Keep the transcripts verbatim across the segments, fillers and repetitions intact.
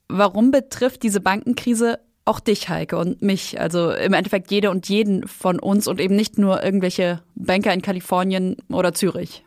Warum betrifft diese Bankenkrise auch dich, Heike, und mich? Also im Endeffekt jede und jeden von uns und eben nicht nur irgendwelche Banker in Kalifornien oder Zürich.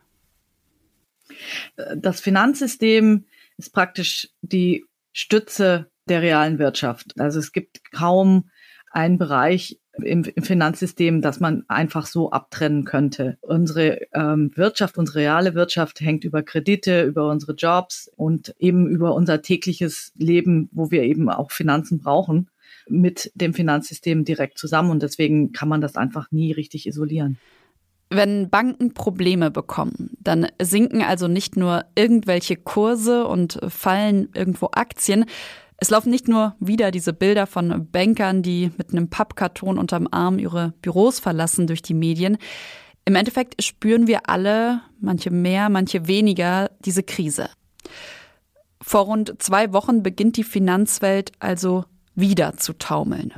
Das Finanzsystem ist praktisch die Stütze der realen Wirtschaft. Also es gibt kaum einen Bereich im, im Finanzsystem, das man einfach so abtrennen könnte. Unsere ähm, Wirtschaft, unsere reale Wirtschaft hängt über Kredite, über unsere Jobs und eben über unser tägliches Leben, wo wir eben auch Finanzen brauchen, mit dem Finanzsystem direkt zusammen. Und deswegen kann man das einfach nie richtig isolieren. Wenn Banken Probleme bekommen, dann sinken also nicht nur irgendwelche Kurse und fallen irgendwo Aktien. Es laufen nicht nur wieder diese Bilder von Bankern, die mit einem Pappkarton unterm Arm ihre Büros verlassen, durch die Medien. Im Endeffekt spüren wir alle, manche mehr, manche weniger, diese Krise. Vor rund zwei Wochen beginnt die Finanzwelt also wieder zu taumeln.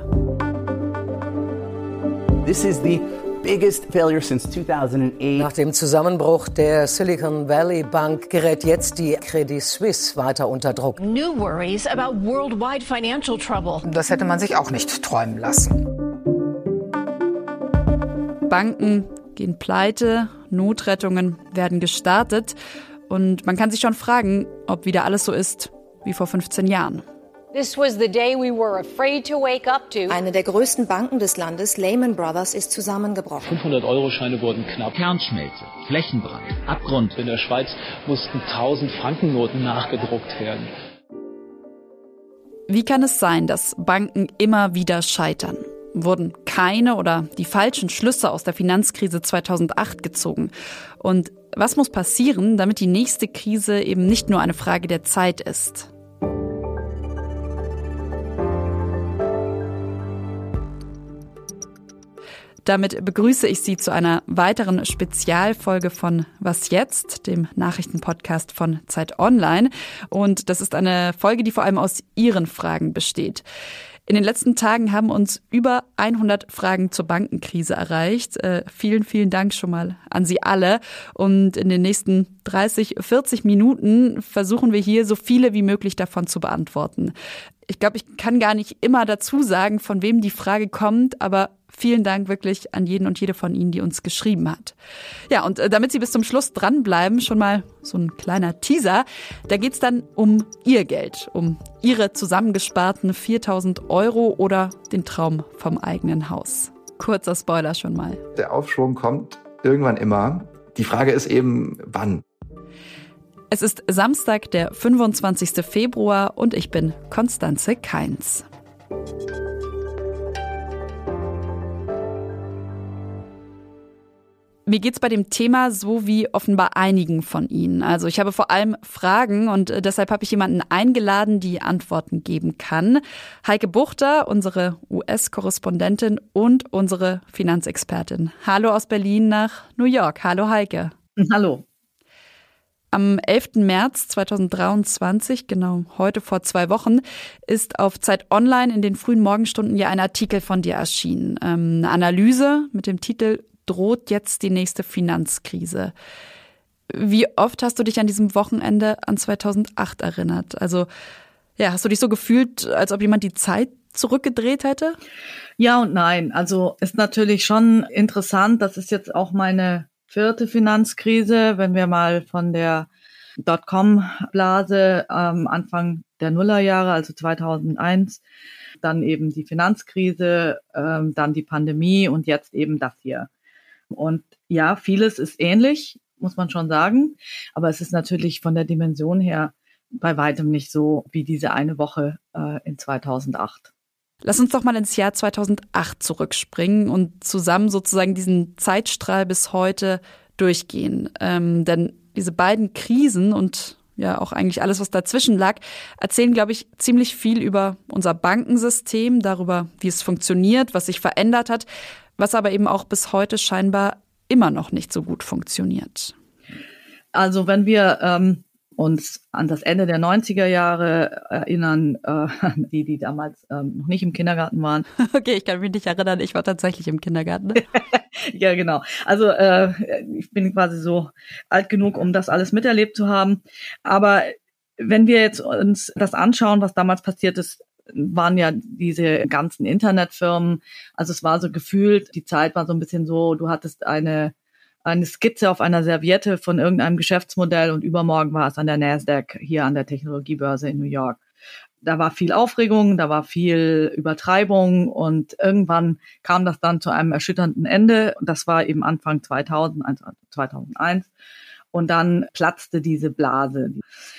This is the biggest failure since two thousand eight. Nach dem Zusammenbruch der Silicon Valley Bank gerät jetzt die Credit Suisse weiter unter Druck. New worries about worldwide financial trouble. Das hätte man sich auch nicht träumen lassen. Banken gehen pleite, Notrettungen werden gestartet und man kann sich schon fragen, ob wieder alles so ist wie vor fünfzehn Jahren. This was the day we were afraid to wake up to. Eine der größten Banken des Landes, Lehman Brothers, ist zusammengebrochen. fünfhundert-Euro-Scheine wurden knapp. Kernschmelze, Flächenbrand, Abgrund. In der Schweiz mussten tausend Frankennoten nachgedruckt werden. Wie kann es sein, dass Banken immer wieder scheitern? Wurden keine oder die falschen Schlüsse aus der Finanzkrise zweitausendacht gezogen? Und was muss passieren, damit die nächste Krise eben nicht nur eine Frage der Zeit ist? Damit begrüße ich Sie zu einer weiteren Spezialfolge von Was jetzt?, dem Nachrichtenpodcast von Zeit Online. Und das ist eine Folge, die vor allem aus Ihren Fragen besteht. In den letzten Tagen haben uns über hundert Fragen zur Bankenkrise erreicht. Äh, vielen, vielen Dank schon mal an Sie alle. Und in den nächsten dreißig, vierzig Minuten versuchen wir hier so viele wie möglich davon zu beantworten. Ich glaube, ich kann gar nicht immer dazu sagen, von wem die Frage kommt, aber vielen Dank wirklich an jeden und jede von Ihnen, die uns geschrieben hat. Ja, und damit Sie bis zum Schluss dranbleiben, schon mal so ein kleiner Teaser. Da geht's dann um Ihr Geld, um Ihre zusammengesparten viertausend Euro oder den Traum vom eigenen Haus. Kurzer Spoiler schon mal. Der Aufschwung kommt irgendwann immer. Die Frage ist eben, wann? Es ist Samstag, der fünfundzwanzigsten Februar und ich bin Constanze Kainz. Mir geht's bei dem Thema so wie offenbar einigen von Ihnen. Also ich habe vor allem Fragen und deshalb habe ich jemanden eingeladen, die Antworten geben kann. Heike Buchter, unsere U S-Korrespondentin und unsere Finanzexpertin. Hallo aus Berlin nach New York. Hallo Heike. Hallo. Am elften März zweitausenddreiundzwanzig, genau heute vor zwei Wochen, ist auf Zeit Online in den frühen Morgenstunden ja ein Artikel von dir erschienen. Ähm, eine Analyse mit dem Titel Droht jetzt die nächste Finanzkrise? Wie oft hast du dich an diesem Wochenende an zweitausendacht erinnert? Also ja, hast du dich so gefühlt, als ob jemand die Zeit zurückgedreht hätte? Ja und nein. Also ist natürlich schon interessant. Das ist jetzt auch meine vierte Finanzkrise, wenn wir mal von der Dotcom-Blase ähm, Anfang der Nullerjahre, also zweitausendeins, dann eben die Finanzkrise, ähm, dann die Pandemie und jetzt eben das hier. Und ja, vieles ist ähnlich, muss man schon sagen, aber es ist natürlich von der Dimension her bei weitem nicht so wie diese eine Woche äh, in zweitausendacht. Lass uns doch mal ins Jahr zweitausendacht zurückspringen und zusammen sozusagen diesen Zeitstrahl bis heute durchgehen. Ähm, denn diese beiden Krisen und ja auch eigentlich alles, was dazwischen lag, erzählen, glaube ich, ziemlich viel über unser Bankensystem, darüber, wie es funktioniert, was sich verändert hat, was aber eben auch bis heute scheinbar immer noch nicht so gut funktioniert. Also wenn wir ähm uns an das Ende der neunziger Jahre erinnern, äh, die, die damals ähm, noch nicht im Kindergarten waren. Okay, ich kann mich nicht erinnern, ich war tatsächlich im Kindergarten. Ja, genau. Also äh, ich bin quasi so alt genug, um das alles miterlebt zu haben. Aber wenn wir jetzt uns das anschauen, was damals passiert ist, waren ja diese ganzen Internetfirmen, also es war so gefühlt, die Zeit war so ein bisschen so, du hattest eine eine Skizze auf einer Serviette von irgendeinem Geschäftsmodell und übermorgen war es an der Nasdaq, hier an der Technologiebörse in New York. Da war viel Aufregung, da war viel Übertreibung und irgendwann kam das dann zu einem erschütternden Ende. Und das war eben Anfang zweitausend, zweitausendeins. Und dann platzte diese Blase.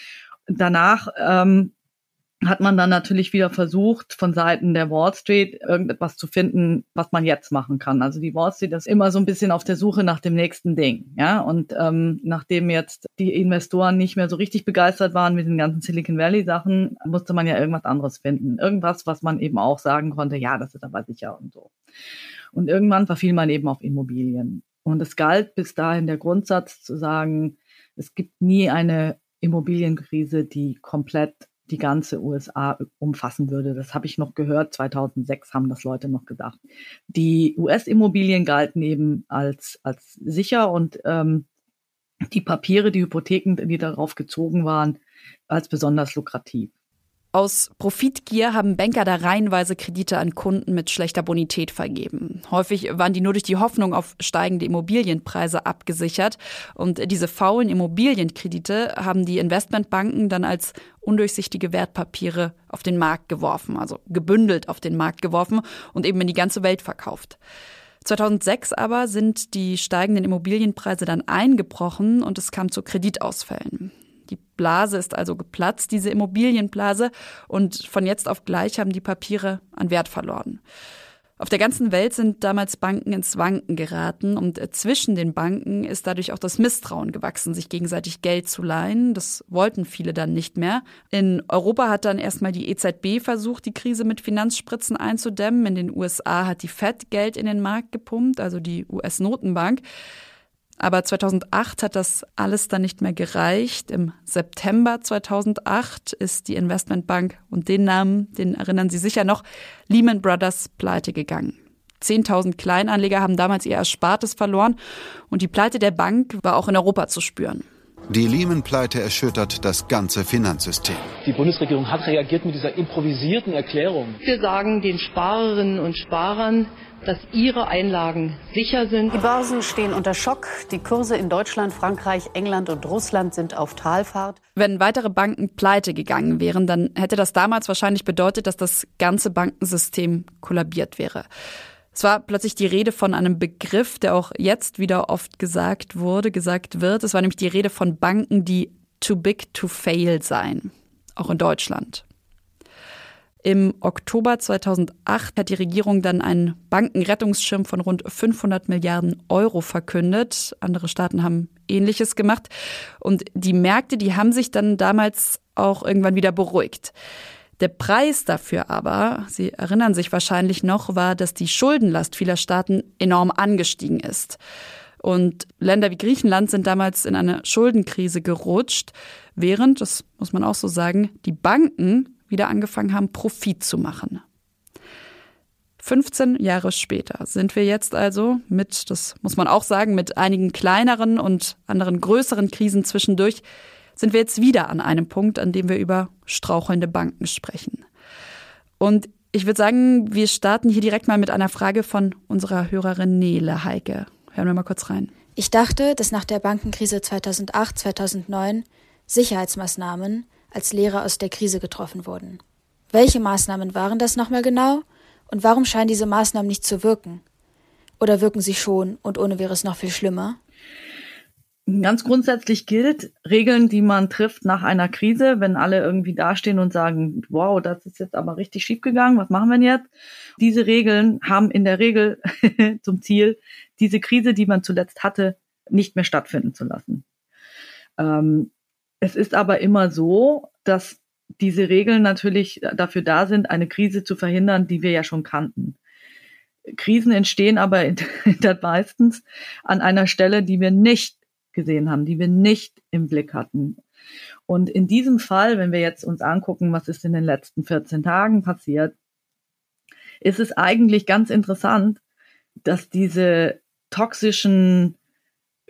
Danach ähm, hat man dann natürlich wieder versucht, von Seiten der Wall Street irgendetwas zu finden, was man jetzt machen kann. Also die Wall Street ist immer so ein bisschen auf der Suche nach dem nächsten Ding. Ja, und ähm, nachdem jetzt die Investoren nicht mehr so richtig begeistert waren mit den ganzen Silicon Valley Sachen, musste man ja irgendwas anderes finden. Irgendwas, was man eben auch sagen konnte, ja, das ist aber sicher und so. Und irgendwann verfiel man eben auf Immobilien. Und es galt bis dahin der Grundsatz zu sagen, es gibt nie eine Immobilienkrise, die komplett die ganze U S A umfassen würde. Das habe ich noch gehört. zweitausendsechs haben das Leute noch gesagt. Die U S-Immobilien galten eben als als sicher und ähm, die Papiere, die Hypotheken, die darauf gezogen waren, als besonders lukrativ. Aus Profitgier haben Banker da reihenweise Kredite an Kunden mit schlechter Bonität vergeben. Häufig waren die nur durch die Hoffnung auf steigende Immobilienpreise abgesichert. Und diese faulen Immobilienkredite haben die Investmentbanken dann als undurchsichtige Wertpapiere auf den Markt geworfen, also gebündelt auf den Markt geworfen und eben in die ganze Welt verkauft. zweitausendsechs aber sind die steigenden Immobilienpreise dann eingebrochen und es kam zu Kreditausfällen. Die Blase ist also geplatzt, diese Immobilienblase, und von jetzt auf gleich haben die Papiere an Wert verloren. Auf der ganzen Welt sind damals Banken ins Wanken geraten und zwischen den Banken ist dadurch auch das Misstrauen gewachsen, sich gegenseitig Geld zu leihen. Das wollten viele dann nicht mehr. In Europa hat dann erstmal die E Z B versucht, die Krise mit Finanzspritzen einzudämmen. In den U S A hat die Fed Geld in den Markt gepumpt, also die U S-Notenbank. Aber zweitausendacht hat das alles dann nicht mehr gereicht. Im September zweitausendacht ist die Investmentbank, und den Namen, den erinnern Sie sicher noch, Lehman Brothers pleite gegangen. Zehntausend Kleinanleger haben damals ihr Erspartes verloren und die Pleite der Bank war auch in Europa zu spüren. Die Lehman-Pleite erschüttert das ganze Finanzsystem. Die Bundesregierung hat reagiert mit dieser improvisierten Erklärung. Wir sagen den Sparerinnen und Sparern, dass ihre Einlagen sicher sind. Die Börsen stehen unter Schock. Die Kurse in Deutschland, Frankreich, England und Russland sind auf Talfahrt. Wenn weitere Banken pleite gegangen wären, dann hätte das damals wahrscheinlich bedeutet, dass das ganze Bankensystem kollabiert wäre. Es war plötzlich die Rede von einem Begriff, der auch jetzt wieder oft gesagt wurde, gesagt wird. Es war nämlich die Rede von Banken, die too big to fail seien, auch in Deutschland. Im Oktober zweitausendacht hat die Regierung dann einen Bankenrettungsschirm von rund fünfhundert Milliarden Euro verkündet. Andere Staaten haben Ähnliches gemacht. Und die Märkte, die haben sich dann damals auch irgendwann wieder beruhigt. Der Preis dafür aber, Sie erinnern sich wahrscheinlich noch, war, dass die Schuldenlast vieler Staaten enorm angestiegen ist. Und Länder wie Griechenland sind damals in eine Schuldenkrise gerutscht, während, das muss man auch so sagen, die Banken wieder angefangen haben, Profit zu machen. fünfzehn Jahre später sind wir jetzt also mit, das muss man auch sagen, mit einigen kleineren und anderen größeren Krisen zwischendurch, sind wir jetzt wieder an einem Punkt, an dem wir über strauchelnde Banken sprechen. Und ich würde sagen, wir starten hier direkt mal mit einer Frage von unserer Hörerin Nele. Heike, hören wir mal kurz rein. Ich dachte, dass nach der Bankenkrise zweitausendacht, zweitausendneun Sicherheitsmaßnahmen als Lehre aus der Krise getroffen wurden. Welche Maßnahmen waren das nochmal genau? Und warum scheinen diese Maßnahmen nicht zu wirken? Oder wirken sie schon und ohne wäre es noch viel schlimmer? Ganz grundsätzlich gilt, Regeln, die man trifft nach einer Krise, wenn alle irgendwie dastehen und sagen, wow, das ist jetzt aber richtig schief gegangen, was machen wir denn jetzt? Diese Regeln haben in der Regel zum Ziel, diese Krise, die man zuletzt hatte, nicht mehr stattfinden zu lassen. Ähm, es ist aber immer so, dass diese Regeln natürlich dafür da sind, eine Krise zu verhindern, die wir ja schon kannten. Krisen entstehen aber in, in der meistens an einer Stelle, die wir nicht gesehen haben, die wir nicht im Blick hatten. Und in diesem Fall, wenn wir jetzt uns angucken, was ist in den letzten vierzehn Tagen passiert, ist es eigentlich ganz interessant, dass diese toxischen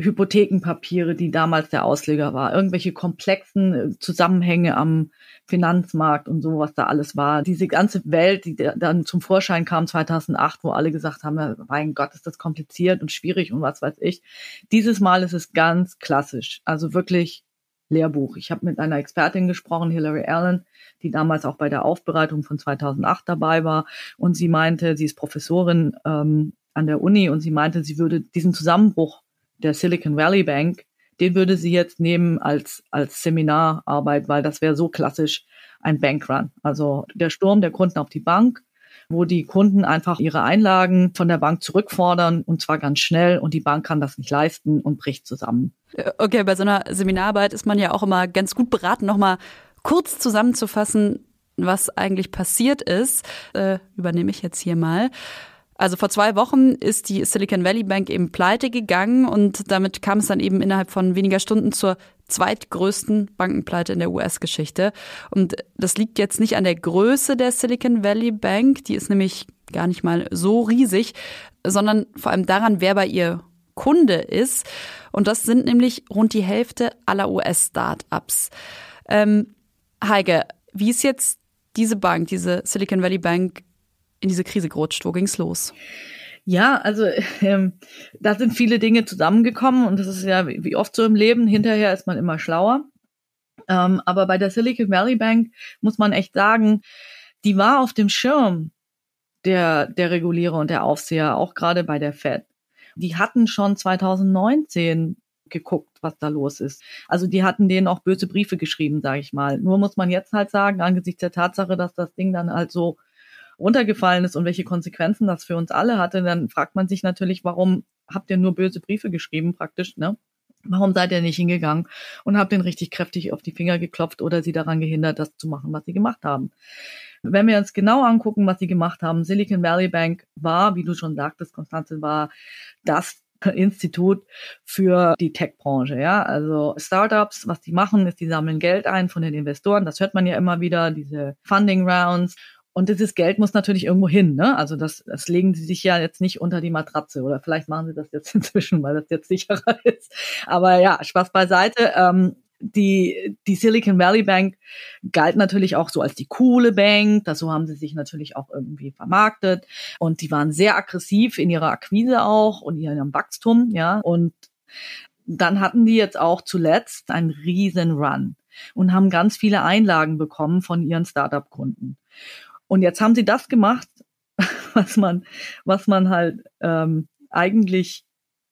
Hypothekenpapiere, die damals der Ausleger war, irgendwelche komplexen Zusammenhänge am Finanzmarkt und so, was da alles war. Diese ganze Welt, die dann zum Vorschein kam zweitausendacht, wo alle gesagt haben, mein Gott, ist das kompliziert und schwierig und was weiß ich. Dieses Mal ist es ganz klassisch, also wirklich Lehrbuch. Ich habe mit einer Expertin gesprochen, Hilary Allen, die damals auch bei der Aufbereitung von zweitausendacht dabei war, und sie meinte, sie ist Professorin ähm, an der Uni, und sie meinte, sie würde diesen Zusammenbruch der Silicon Valley Bank, den würde sie jetzt nehmen als als Seminararbeit, weil das wäre so klassisch ein Bankrun. Also der Sturm der Kunden auf die Bank, wo die Kunden einfach ihre Einlagen von der Bank zurückfordern, und zwar ganz schnell, und die Bank kann das nicht leisten und bricht zusammen. Okay, bei so einer Seminararbeit ist man ja auch immer ganz gut beraten, nochmal kurz zusammenzufassen, was eigentlich passiert ist. Äh, übernehme ich jetzt hier mal. Also vor zwei Wochen ist die Silicon Valley Bank eben pleite gegangen, und damit kam es dann eben innerhalb von weniger Stunden zur zweitgrößten Bankenpleite in der U S-Geschichte. Und das liegt jetzt nicht an der Größe der Silicon Valley Bank, die ist nämlich gar nicht mal so riesig, sondern vor allem daran, wer bei ihr Kunde ist. Und das sind nämlich rund die Hälfte aller U S-Startups. Ähm, Heike, wie ist jetzt diese Bank, diese Silicon Valley Bank, in diese Krise gerutscht? Wo ging's los? Ja, also ähm, da sind viele Dinge zusammengekommen, und das ist ja wie oft so im Leben, hinterher ist man immer schlauer. Ähm, aber bei der Silicon Valley Bank muss man echt sagen, die war auf dem Schirm der, der Regulierer und der Aufseher, auch gerade bei der Fed. Die hatten schon zweitausendneunzehn geguckt, was da los ist. Also die hatten denen auch böse Briefe geschrieben, sage ich mal. Nur muss man jetzt halt sagen, angesichts der Tatsache, dass das Ding dann halt so runtergefallen ist und welche Konsequenzen das für uns alle hatte, dann fragt man sich natürlich, warum habt ihr nur böse Briefe geschrieben praktisch, ne? Warum seid ihr nicht hingegangen und habt denen richtig kräftig auf die Finger geklopft oder sie daran gehindert, das zu machen, was sie gemacht haben? Wenn wir uns genau angucken, was sie gemacht haben, Silicon Valley Bank war, wie du schon sagtest, Konstanze, war das Institut für die Tech-Branche, ja, also Startups, was die machen, ist, die sammeln Geld ein von den Investoren, das hört man ja immer wieder, diese Funding Rounds. Und dieses Geld muss natürlich irgendwo hin, ne? Also das, das legen sie sich ja jetzt nicht unter die Matratze, oder vielleicht machen sie das jetzt inzwischen, weil das jetzt sicherer ist. Aber ja, Spaß beiseite. Ähm, die, die Silicon Valley Bank galt natürlich auch so als die coole Bank. Das, so haben sie sich natürlich auch irgendwie vermarktet. Und die waren sehr aggressiv in ihrer Akquise auch und in ihrem Wachstum, ja. Und dann hatten die jetzt auch zuletzt einen riesen Run und haben ganz viele Einlagen bekommen von ihren Startup-Kunden. Und jetzt haben sie das gemacht, was man, was man halt ähm, eigentlich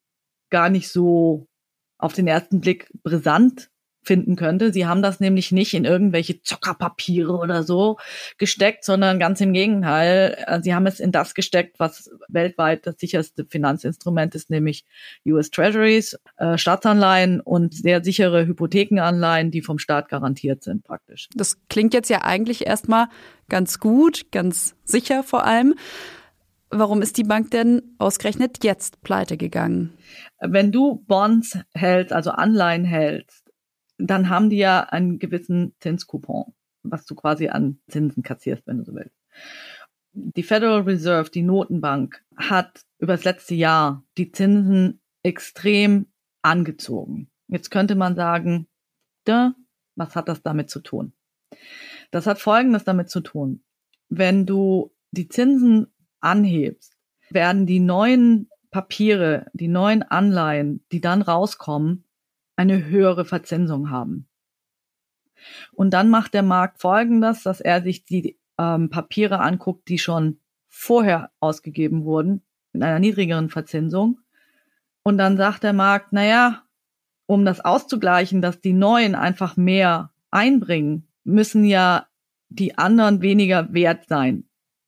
gar nicht so auf den ersten Blick brisant finden könnte. Sie haben das nämlich nicht in irgendwelche Zockerpapiere oder so gesteckt, sondern ganz im Gegenteil. Sie haben es in das gesteckt, was weltweit das sicherste Finanzinstrument ist, nämlich U S Treasuries, äh, Staatsanleihen und sehr sichere Hypothekenanleihen, die vom Staat garantiert sind praktisch. Das klingt jetzt ja eigentlich erstmal ganz gut, ganz sicher vor allem. Warum ist die Bank denn ausgerechnet jetzt pleite gegangen? Wenn du Bonds hältst, also Anleihen hältst, dann haben die ja einen gewissen Zinscoupon, was du quasi an Zinsen kassierst, wenn du so willst. Die Federal Reserve, die Notenbank, hat über das letzte Jahr die Zinsen extrem angezogen. Jetzt könnte man sagen, da, was hat das damit zu tun? Das hat Folgendes damit zu tun. Wenn du die Zinsen anhebst, werden die neuen Papiere, die neuen Anleihen, die dann rauskommen, eine höhere Verzinsung haben. Und dann macht der Markt Folgendes, dass er sich die ähm, Papiere anguckt, die schon vorher ausgegeben wurden, mit einer niedrigeren Verzinsung. Und dann sagt der Markt, naja, um das auszugleichen, dass die neuen einfach mehr einbringen, müssen ja die anderen weniger wert sein.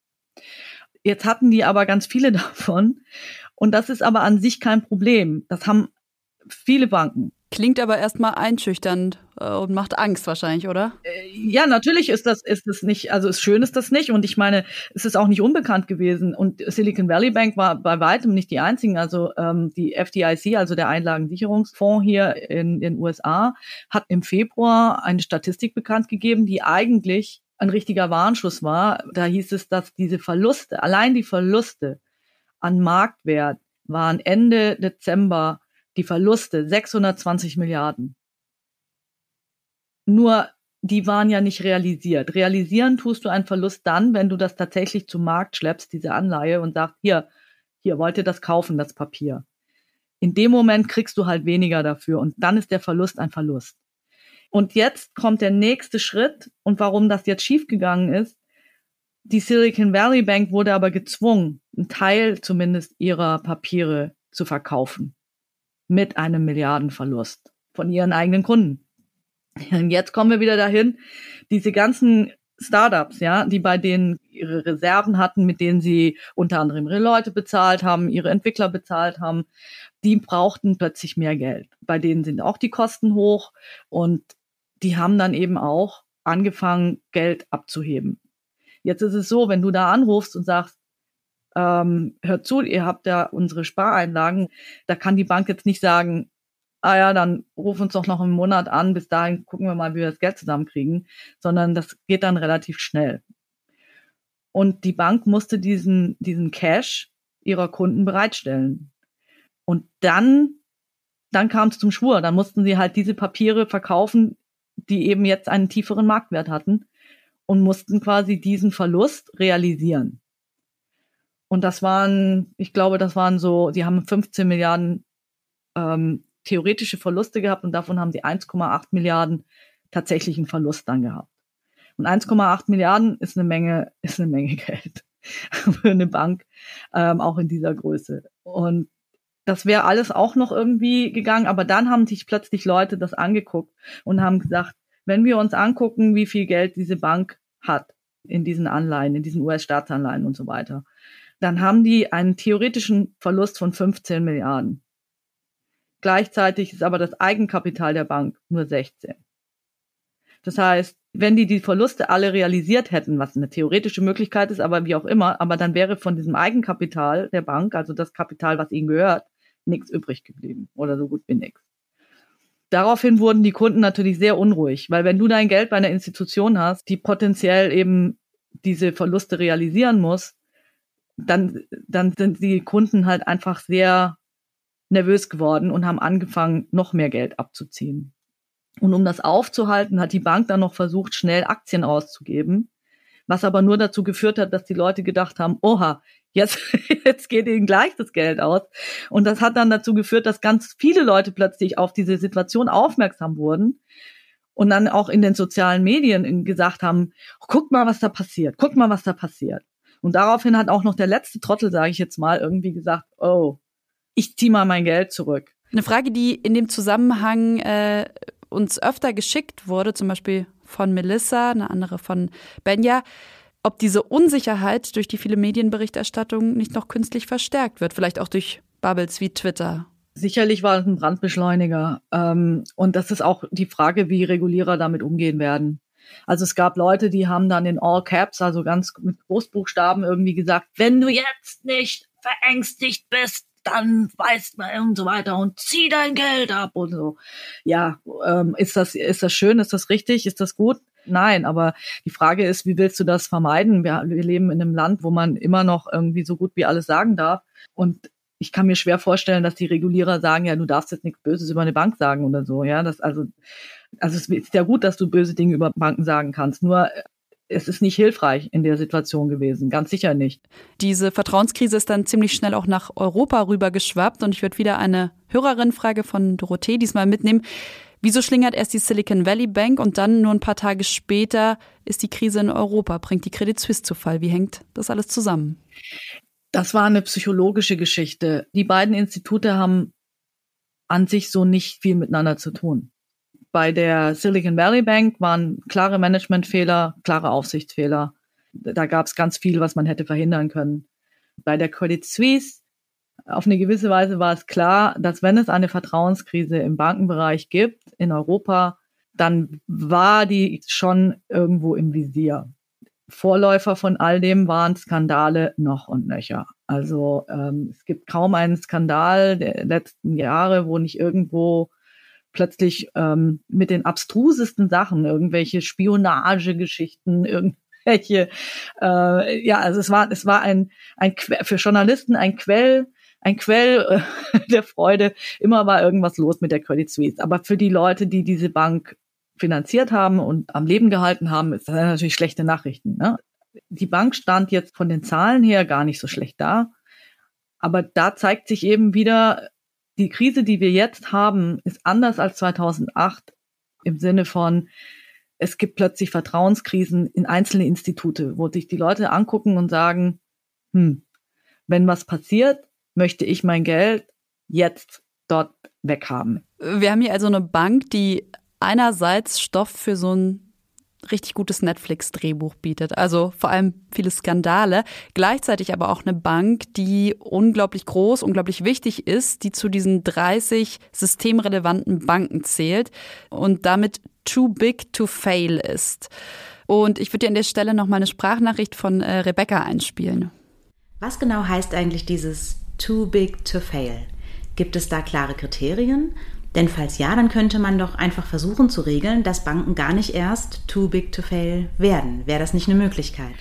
Jetzt hatten die aber ganz viele davon. Und das ist aber an sich kein Problem. Das haben viele Banken. Klingt aber erstmal einschüchternd und macht Angst wahrscheinlich, oder? Ja, natürlich ist das, ist das nicht, also ist schön ist das nicht. Und ich meine, es ist auch nicht unbekannt gewesen. Und Silicon Valley Bank war bei weitem nicht die einzigen. Also ähm, die F D I C, also der Einlagensicherungsfonds hier in den U S A, hat im Februar eine Statistik bekannt gegeben, die eigentlich ein richtiger Warnschuss war. Da hieß es, dass diese Verluste, allein die Verluste an Marktwert waren Ende Dezember die Verluste, sechshundertzwanzig Milliarden. Nur, die waren ja nicht realisiert. Realisieren tust du einen Verlust dann, wenn du das tatsächlich zum Markt schleppst, diese Anleihe, und sagst, hier, hier, wollt ihr das kaufen, das Papier. In dem Moment kriegst du halt weniger dafür und dann ist der Verlust ein Verlust. Und jetzt kommt der nächste Schritt, und warum das jetzt schiefgegangen ist: Die Silicon Valley Bank wurde aber gezwungen, einen Teil zumindest ihrer Papiere zu verkaufen. Mit einem Milliardenverlust von ihren eigenen Kunden. Und jetzt kommen wir wieder dahin, diese ganzen Startups, ja, die bei denen ihre Reserven hatten, mit denen sie unter anderem ihre Leute bezahlt haben, ihre Entwickler bezahlt haben, die brauchten plötzlich mehr Geld. Bei denen sind auch die Kosten hoch und die haben dann eben auch angefangen, Geld abzuheben. Jetzt ist es so, wenn du da anrufst und sagst, ähm, hört zu, ihr habt ja unsere Spareinlagen, da kann die Bank jetzt nicht sagen, ah ja, dann ruf uns doch noch einen Monat an, bis dahin gucken wir mal, wie wir das Geld zusammenkriegen, sondern das geht dann relativ schnell. Und die Bank musste diesen, diesen Cash ihrer Kunden bereitstellen. Und dann, dann kam es zum Schwur, dann mussten sie halt diese Papiere verkaufen, die eben jetzt einen tieferen Marktwert hatten, und mussten quasi diesen Verlust realisieren. Und das waren, ich glaube, das waren so, sie haben fünfzehn Milliarden ähm, theoretische Verluste gehabt und davon haben sie eins Komma acht Milliarden tatsächlichen Verlust dann gehabt. Und eins Komma acht Milliarden ist eine Menge, ist eine Menge Geld für eine Bank, ähm, auch in dieser Größe. Und das wäre alles auch noch irgendwie gegangen, aber dann haben sich plötzlich Leute das angeguckt und haben gesagt, wenn wir uns angucken, wie viel Geld diese Bank hat in diesen Anleihen, in diesen U S-Staatsanleihen und so weiter, dann haben die einen theoretischen Verlust von fünfzehn Milliarden. Gleichzeitig ist aber das Eigenkapital der Bank nur sechzehn. Das heißt, wenn die die Verluste alle realisiert hätten, was eine theoretische Möglichkeit ist, aber wie auch immer, aber dann wäre von diesem Eigenkapital der Bank, also das Kapital, was ihnen gehört, nichts übrig geblieben oder so gut wie nichts. Daraufhin wurden die Kunden natürlich sehr unruhig, weil wenn du dein Geld bei einer Institution hast, die potenziell eben diese Verluste realisieren muss, dann, dann sind die Kunden halt einfach sehr nervös geworden und haben angefangen, noch mehr Geld abzuziehen. Und um das aufzuhalten, hat die Bank dann noch versucht, schnell Aktien auszugeben, was aber nur dazu geführt hat, dass die Leute gedacht haben, oha, jetzt, jetzt geht ihnen gleich das Geld aus. Und das hat dann dazu geführt, dass ganz viele Leute plötzlich auf diese Situation aufmerksam wurden und dann auch in den sozialen Medien gesagt haben, guck mal, was da passiert, guck mal, was da passiert. Und daraufhin hat auch noch der letzte Trottel, sage ich jetzt mal, irgendwie gesagt, oh, ich ziehe mal mein Geld zurück. Eine Frage, die in dem Zusammenhang äh, uns öfter geschickt wurde, zum Beispiel von Melissa, eine andere von Benja, ob diese Unsicherheit durch die viele Medienberichterstattung nicht noch künstlich verstärkt wird, vielleicht auch durch Bubbles wie Twitter. Sicherlich war es ein Brandbeschleuniger. Ähm, und das ist auch die Frage, wie Regulierer damit umgehen werden. Also es gab Leute, die haben dann in All Caps, also ganz mit Großbuchstaben irgendwie gesagt, wenn du jetzt nicht verängstigt bist, dann weißt man und so weiter und zieh dein Geld ab und so. Ja, ähm, ist das, ist das schön? Ist das richtig? Ist das gut? Nein, aber die Frage ist, wie willst du das vermeiden? Wir, wir leben in einem Land, wo man immer noch irgendwie so gut wie alles sagen darf. Und ich kann mir schwer vorstellen, dass die Regulierer sagen, ja, du darfst jetzt nichts Böses über eine Bank sagen oder so. Ja, das also, also es ist ja gut, dass du böse Dinge über Banken sagen kannst. Nur es ist nicht hilfreich in der Situation gewesen, ganz sicher nicht. Diese Vertrauenskrise ist dann ziemlich schnell auch nach Europa rübergeschwappt und ich würde wieder eine Hörerinnenfrage von Dorothee diesmal mitnehmen. Wieso schlingert erst die Silicon Valley Bank und dann nur ein paar Tage später ist die Krise in Europa, bringt die Credit Suisse zu Fall? Wie hängt das alles zusammen? Das war eine psychologische Geschichte. Die beiden Institute haben an sich so nicht viel miteinander zu tun. Bei der Silicon Valley Bank waren klare Managementfehler, klare Aufsichtsfehler. Da gab es ganz viel, was man hätte verhindern können. Bei der Credit Suisse, auf eine gewisse Weise war es klar, dass wenn es eine Vertrauenskrise im Bankenbereich gibt in Europa, dann war die schon irgendwo im Visier. Vorläufer von all dem waren Skandale noch und nöcher. Also ähm, es gibt kaum einen Skandal der letzten Jahre, wo nicht irgendwo plötzlich ähm, mit den abstrusesten Sachen, irgendwelche Spionagegeschichten, irgendwelche, äh, ja, also es war, es war ein, ein für Journalisten ein Quell ein Quell äh, der Freude. Immer war irgendwas los mit der Credit Suisse. Aber für die Leute, die diese Bank finanziert haben und am Leben gehalten haben, ist das natürlich schlechte Nachrichten. Ne? Die Bank stand jetzt von den Zahlen her gar nicht so schlecht da. Aber da zeigt sich eben wieder, die Krise, die wir jetzt haben, ist anders als zweitausendacht im Sinne von, es gibt plötzlich Vertrauenskrisen in einzelne Institute, wo sich die Leute angucken und sagen, hm, wenn was passiert, möchte ich mein Geld jetzt dort weghaben. Wir haben hier also eine Bank, die einerseits Stoff für so ein richtig gutes Netflix-Drehbuch bietet, also vor allem viele Skandale, gleichzeitig aber auch eine Bank, die unglaublich groß, unglaublich wichtig ist, die zu diesen dreißig systemrelevanten Banken zählt und damit too big to fail ist. Und ich würde dir an der Stelle noch mal eine Sprachnachricht von äh, Rebecca einspielen. Was genau heißt eigentlich dieses too big to fail? Gibt es da klare Kriterien? Denn falls ja, dann könnte man doch einfach versuchen zu regeln, dass Banken gar nicht erst too big to fail werden. Wäre das nicht eine Möglichkeit?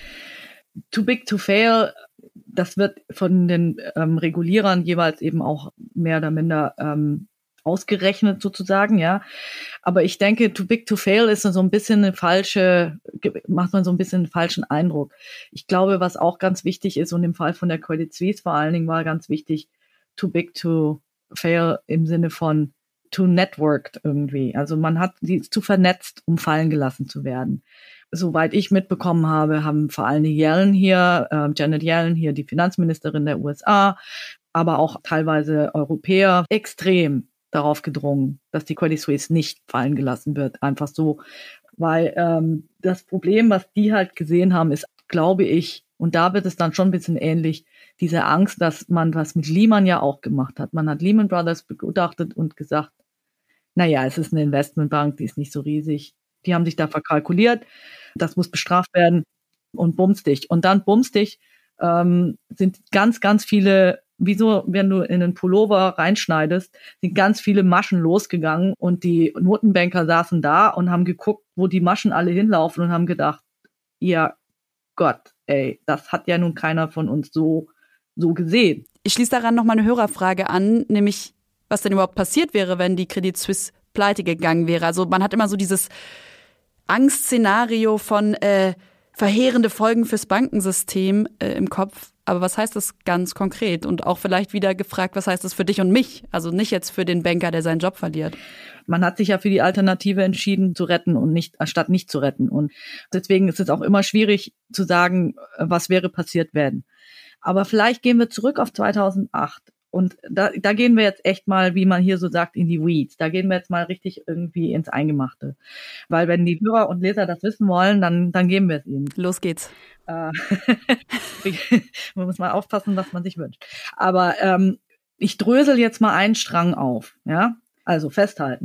Too big to fail, das wird von den ähm, Regulierern jeweils eben auch mehr oder minder ähm, ausgerechnet sozusagen, ja. Aber ich denke, too big to fail ist so ein bisschen eine falsche, macht man so ein bisschen einen falschen Eindruck. Ich glaube, was auch ganz wichtig ist, und im Fall von der Credit Suisse vor allen Dingen war ganz wichtig, too big to fail im Sinne von too networked irgendwie. Also man hat sie zu vernetzt, um fallen gelassen zu werden. Soweit ich mitbekommen habe, haben vor allem die Yellen hier, äh, Janet Yellen hier, die Finanzministerin der U S A, aber auch teilweise Europäer, extrem darauf gedrungen, dass die Credit Suisse nicht fallen gelassen wird. Einfach so, weil ähm, das Problem, was die halt gesehen haben, ist, glaube ich, und da wird es dann schon ein bisschen ähnlich, diese Angst, dass man was mit Lehman ja auch gemacht hat. Man hat Lehman Brothers begutachtet und gesagt, naja, es ist eine Investmentbank, die ist nicht so riesig. Die haben sich da verkalkuliert, das muss bestraft werden und bumstig. Und dann bumstig ähm, sind ganz, ganz viele, wie so, wenn du in einen Pullover reinschneidest, sind ganz viele Maschen losgegangen und die Notenbanker saßen da und haben geguckt, wo die Maschen alle hinlaufen und haben gedacht, ja Gott, ey, das hat ja nun keiner von uns so, so gesehen. Ich schließe daran noch mal eine Hörerfrage an, nämlich was denn überhaupt passiert wäre, wenn die Credit Suisse pleite gegangen wäre. Also man hat immer so dieses Angstszenario von äh, verheerende Folgen fürs Bankensystem äh, im Kopf. Aber was heißt das ganz konkret? Und auch vielleicht wieder gefragt, was heißt das für dich und mich? Also nicht jetzt für den Banker, der seinen Job verliert. Man hat sich ja für die Alternative entschieden, zu retten und nicht, anstatt nicht zu retten. Und deswegen ist es auch immer schwierig zu sagen, was wäre passiert, wenn. Aber vielleicht gehen wir zurück auf zweitausendacht. Und da, da gehen wir jetzt echt mal, wie man hier so sagt, in die Weeds. Da gehen wir jetzt mal richtig irgendwie ins Eingemachte. Weil wenn die Hörer und Leser das wissen wollen, dann, dann geben wir es ihnen. Los geht's. Äh, man muss mal aufpassen, was man sich wünscht. Aber ähm, ich drösel jetzt mal einen Strang auf. Ja, also festhalten.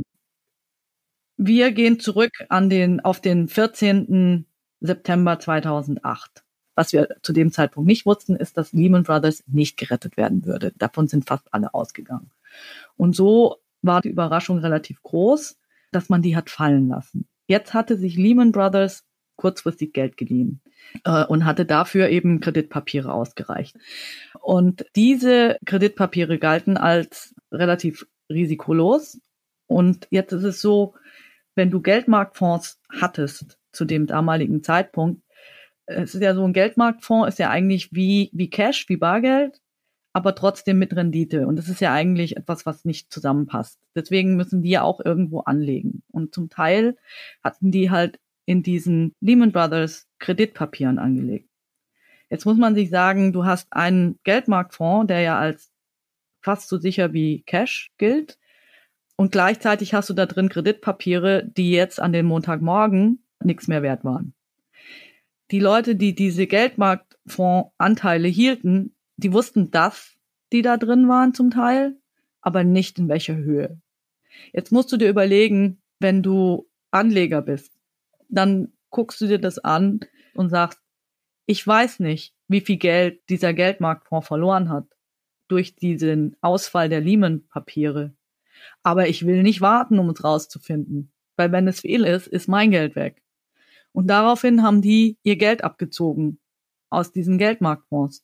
Wir gehen zurück an den, auf den vierzehnten September zweitausendacht. Was wir zu dem Zeitpunkt nicht wussten, ist, dass Lehman Brothers nicht gerettet werden würde. Davon sind fast alle ausgegangen. Und so war die Überraschung relativ groß, dass man die hat fallen lassen. Jetzt hatte sich Lehman Brothers kurzfristig Geld geliehen äh, und hatte dafür eben Kreditpapiere ausgereicht. Und diese Kreditpapiere galten als relativ risikolos. Und jetzt ist es so, wenn du Geldmarktfonds hattest zu dem damaligen Zeitpunkt, es ist ja so, ein Geldmarktfonds ist ja eigentlich wie, wie Cash, wie Bargeld, aber trotzdem mit Rendite. Und das ist ja eigentlich etwas, was nicht zusammenpasst. Deswegen müssen die ja auch irgendwo anlegen. Und zum Teil hatten die halt in diesen Lehman Brothers Kreditpapieren angelegt. Jetzt muss man sich sagen, du hast einen Geldmarktfonds, der ja als fast so sicher wie Cash gilt. Und gleichzeitig hast du da drin Kreditpapiere, die jetzt an den Montagmorgen nichts mehr wert waren. Die Leute, die diese Geldmarktfondsanteile hielten, die wussten, dass die da drin waren zum Teil, aber nicht in welcher Höhe. Jetzt musst du dir überlegen, wenn du Anleger bist, dann guckst du dir das an und sagst, ich weiß nicht, wie viel Geld dieser Geldmarktfonds verloren hat durch diesen Ausfall der Lehman-Papiere. Aber ich will nicht warten, um es rauszufinden, weil wenn es viel ist, ist mein Geld weg. Und daraufhin haben die ihr Geld abgezogen aus diesen Geldmarktfonds.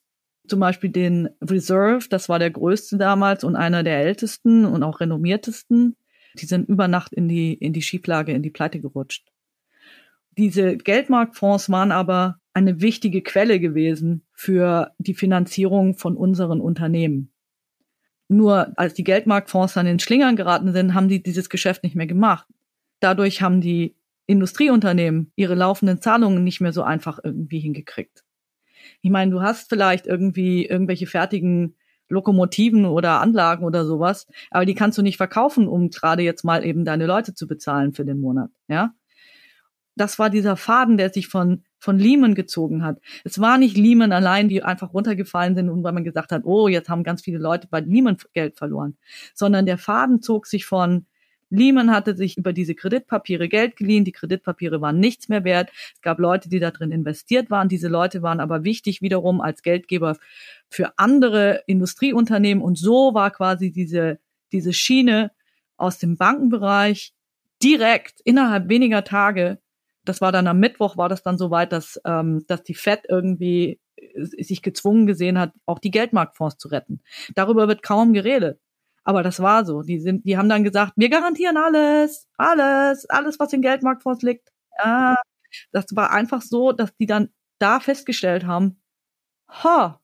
zum Beispiel den Reserve, das war der größte damals und einer der ältesten und auch renommiertesten. Die sind über Nacht in die, in die Schieflage, in die Pleite gerutscht. Diese Geldmarktfonds waren aber eine wichtige Quelle gewesen für die Finanzierung von unseren Unternehmen. Nur als die Geldmarktfonds dann in Schlingern geraten sind, haben die dieses Geschäft nicht mehr gemacht. Dadurch haben die Industrieunternehmen ihre laufenden Zahlungen nicht mehr so einfach irgendwie hingekriegt. Ich meine, du hast vielleicht irgendwie irgendwelche fertigen Lokomotiven oder Anlagen oder sowas, aber die kannst du nicht verkaufen, um gerade jetzt mal eben deine Leute zu bezahlen für den Monat, ja? Das war dieser Faden, der sich von von Lehman gezogen hat. Es war nicht Lehman allein, die einfach runtergefallen sind und weil man gesagt hat, oh, jetzt haben ganz viele Leute bei Lehman Geld verloren, sondern der Faden zog sich von Lehman hatte sich über diese Kreditpapiere Geld geliehen, die Kreditpapiere waren nichts mehr wert. Es gab Leute, die da drin investiert waren. Diese Leute waren aber wichtig wiederum als Geldgeber für andere Industrieunternehmen und so war quasi diese diese Schiene aus dem Bankenbereich direkt innerhalb weniger Tage. Das war dann am Mittwoch, war das dann so weit, dass, ähm, dass die Fed irgendwie sich gezwungen gesehen hat, auch die Geldmarktfonds zu retten. Darüber wird kaum geredet. Aber das war so. Die sind, die haben dann gesagt, wir garantieren alles, alles, alles, was in Geldmarktfonds liegt. Ja, das war einfach so, dass die dann da festgestellt haben, ha,